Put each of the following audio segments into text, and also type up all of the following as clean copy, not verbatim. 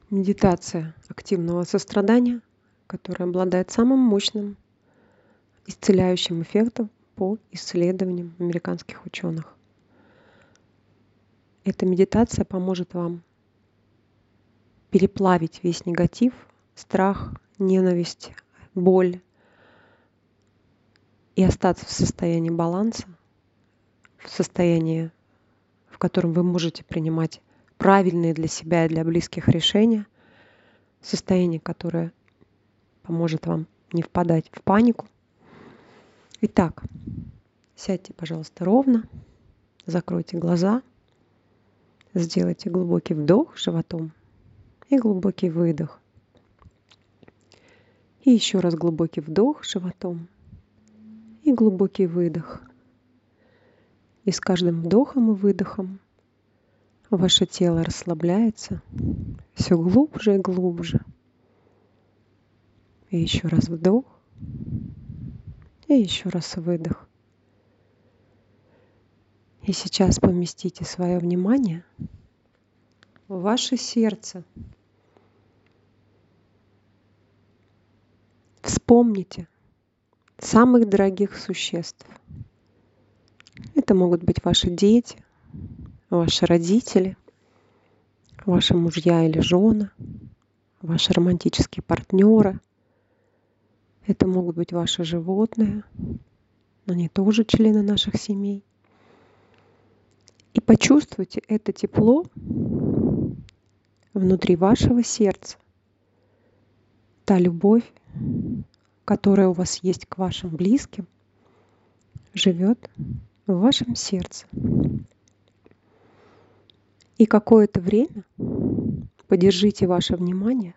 Медитация активного сострадания, которая обладает самым мощным исцеляющим эффектом по исследованиям американских ученых. Эта медитация поможет вам переплавить весь негатив, страх, ненависть, боль и остаться в состоянии баланса, в состоянии, в котором вы можете принимать правильные для себя и для близких решения, состояние, которое поможет вам не впадать в панику. Итак, сядьте, пожалуйста, ровно, закройте глаза, сделайте глубокий вдох животом и глубокий выдох. И еще раз глубокий вдох животом и глубокий выдох. И с каждым вдохом и выдохом ваше тело расслабляется все глубже и глубже. И еще раз вдох. И еще раз выдох. И сейчас поместите свое внимание в ваше сердце. Вспомните самых дорогих существ. Это могут быть ваши дети, ваши родители, ваши мужья или жены, ваши романтические партнеры. Это могут быть ваши животные, но они тоже члены наших семей. И почувствуйте это тепло внутри вашего сердца. Та любовь, которая у вас есть к вашим близким, живет в вашем сердце. И какое-то время подержите ваше внимание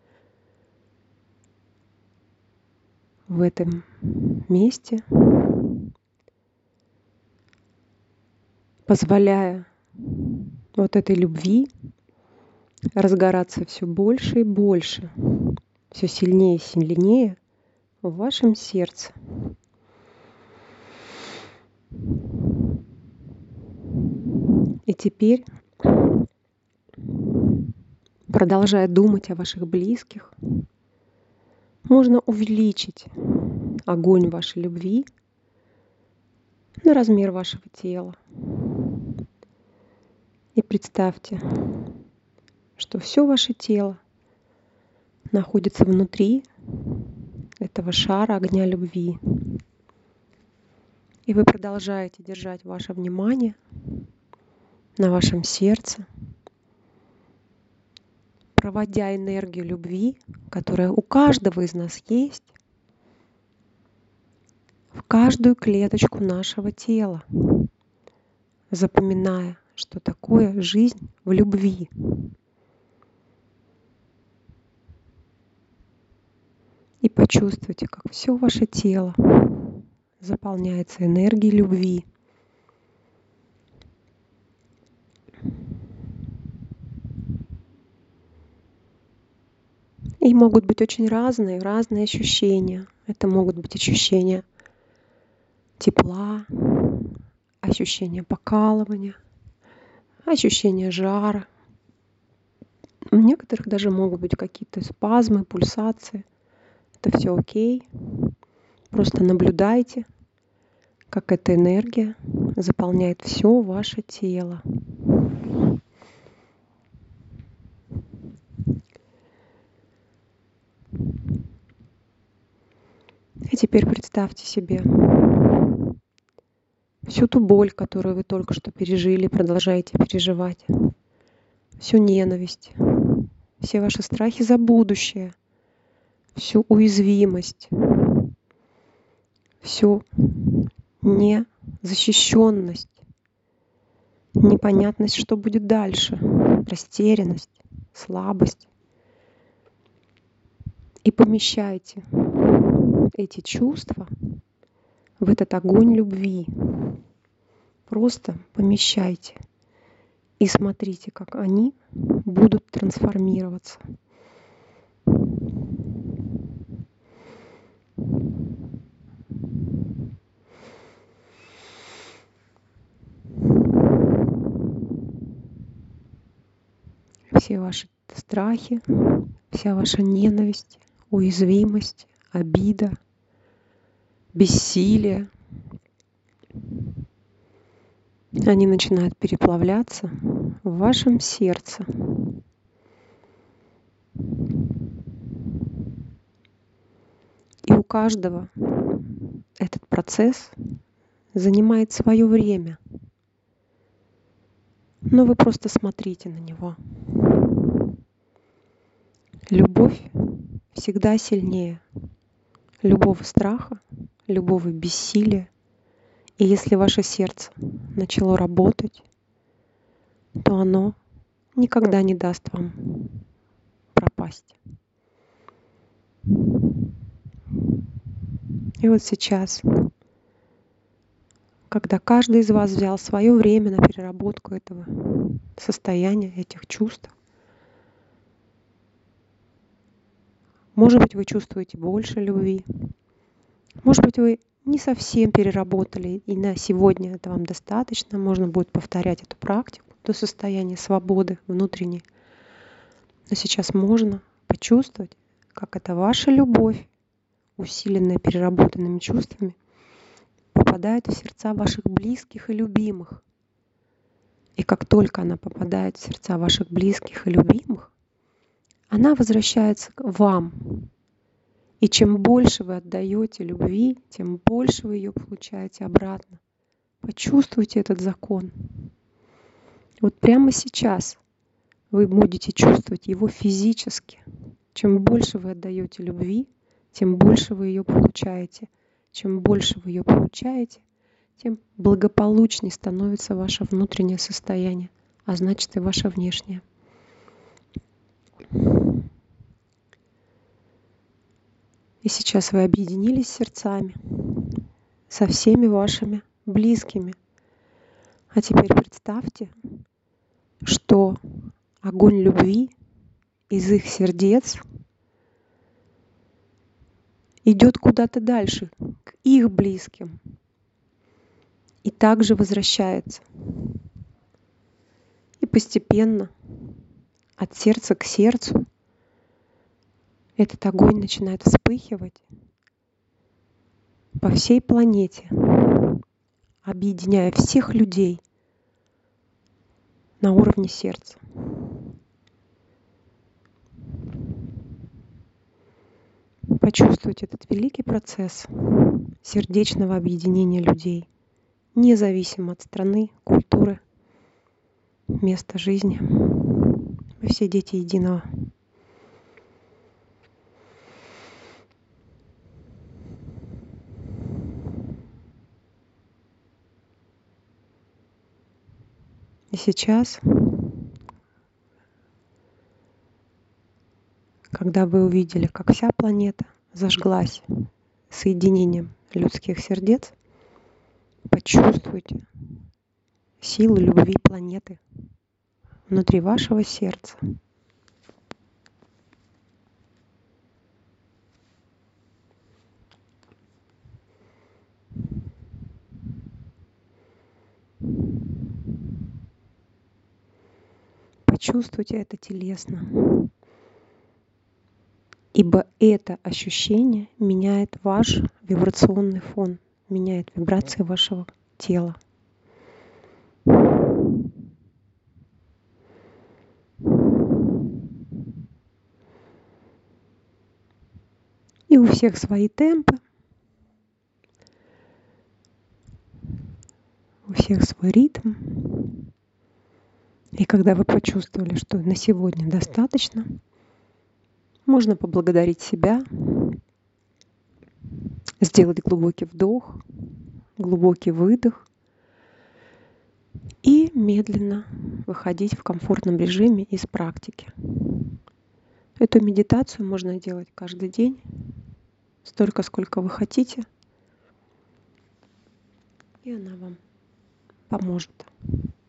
в этом месте, позволяя вот этой любви разгораться все больше и больше, все сильнее и сильнее в вашем сердце. И теперь, продолжая думать о ваших близких, можно увеличить огонь вашей любви на размер вашего тела. И представьте, что все ваше тело находится внутри этого шара огня любви. И вы продолжаете держать ваше внимание на вашем сердце, проводя энергию любви, которая у каждого из нас есть, в каждую клеточку нашего тела, запоминая, что такое жизнь в любви. И почувствуйте, как все ваше тело заполняется энергией любви. И могут быть очень разные ощущения. Это могут быть ощущения тепла, ощущения покалывания, ощущения жара. У некоторых даже могут быть какие-то спазмы, пульсации. Это все окей. Просто наблюдайте, как эта энергия заполняет все ваше тело. И теперь представьте себе всю ту боль, которую вы только что пережили, продолжаете переживать, всю ненависть, все ваши страхи за будущее, всю уязвимость, всю незащищенность, непонятность, что будет дальше, растерянность, слабость. И помещайте эти чувства в этот огонь любви. Просто помещайте и смотрите, как они будут трансформироваться. Все ваши страхи, вся ваша ненависть, уязвимость, обида, бессилие, они начинают переплавляться в вашем сердце. И у каждого этот процесс занимает свое время. Но вы просто смотрите на него. Любовь всегда сильнее любого страха, любого бессилия. И если ваше сердце начало работать, то оно никогда не даст вам пропасть. И вот сейчас, когда каждый из вас взял свое время на переработку этого состояния, этих чувств, может быть, вы чувствуете больше любви, может быть, вы не совсем переработали, и на сегодня это вам достаточно, можно будет повторять эту практику до состояния свободы внутренней. Но сейчас можно почувствовать, как эта ваша любовь, усиленная переработанными чувствами, попадает в сердца ваших близких и любимых. И как только она попадает в сердца ваших близких и любимых, она возвращается к вам. И чем больше вы отдаете любви, тем больше вы ее получаете обратно. Почувствуйте этот закон. Вот прямо сейчас вы будете чувствовать его физически. Чем больше вы отдаете любви, тем больше вы ее получаете. Чем больше вы ее получаете, тем благополучнее становится ваше внутреннее состояние, а значит и ваше внешнее. И сейчас вы объединились сердцами со всеми вашими близкими. А теперь представьте, что огонь любви из их сердец идет куда-то дальше, к их близким, и также возвращается. И постепенно от сердца к сердцу этот огонь начинает вспыхивать по всей планете, объединяя всех людей на уровне сердца. Почувствуйте этот великий процесс сердечного объединения людей, независимо от страны, культуры, места жизни. Мы все дети единого. И сейчас, когда вы увидели, как вся планета зажглась соединением людских сердец, почувствуйте силу любви планеты внутри вашего сердца. Почувствуйте это телесно, ибо это ощущение меняет ваш вибрационный фон, меняет вибрации вашего тела. И у всех свои темпы, у всех свой ритм. И когда вы почувствовали, что на сегодня достаточно, можно поблагодарить себя, сделать глубокий вдох, глубокий выдох и медленно выходить в комфортном режиме из практики. Эту медитацию можно делать каждый день, столько, сколько вы хотите, и она вам поможет.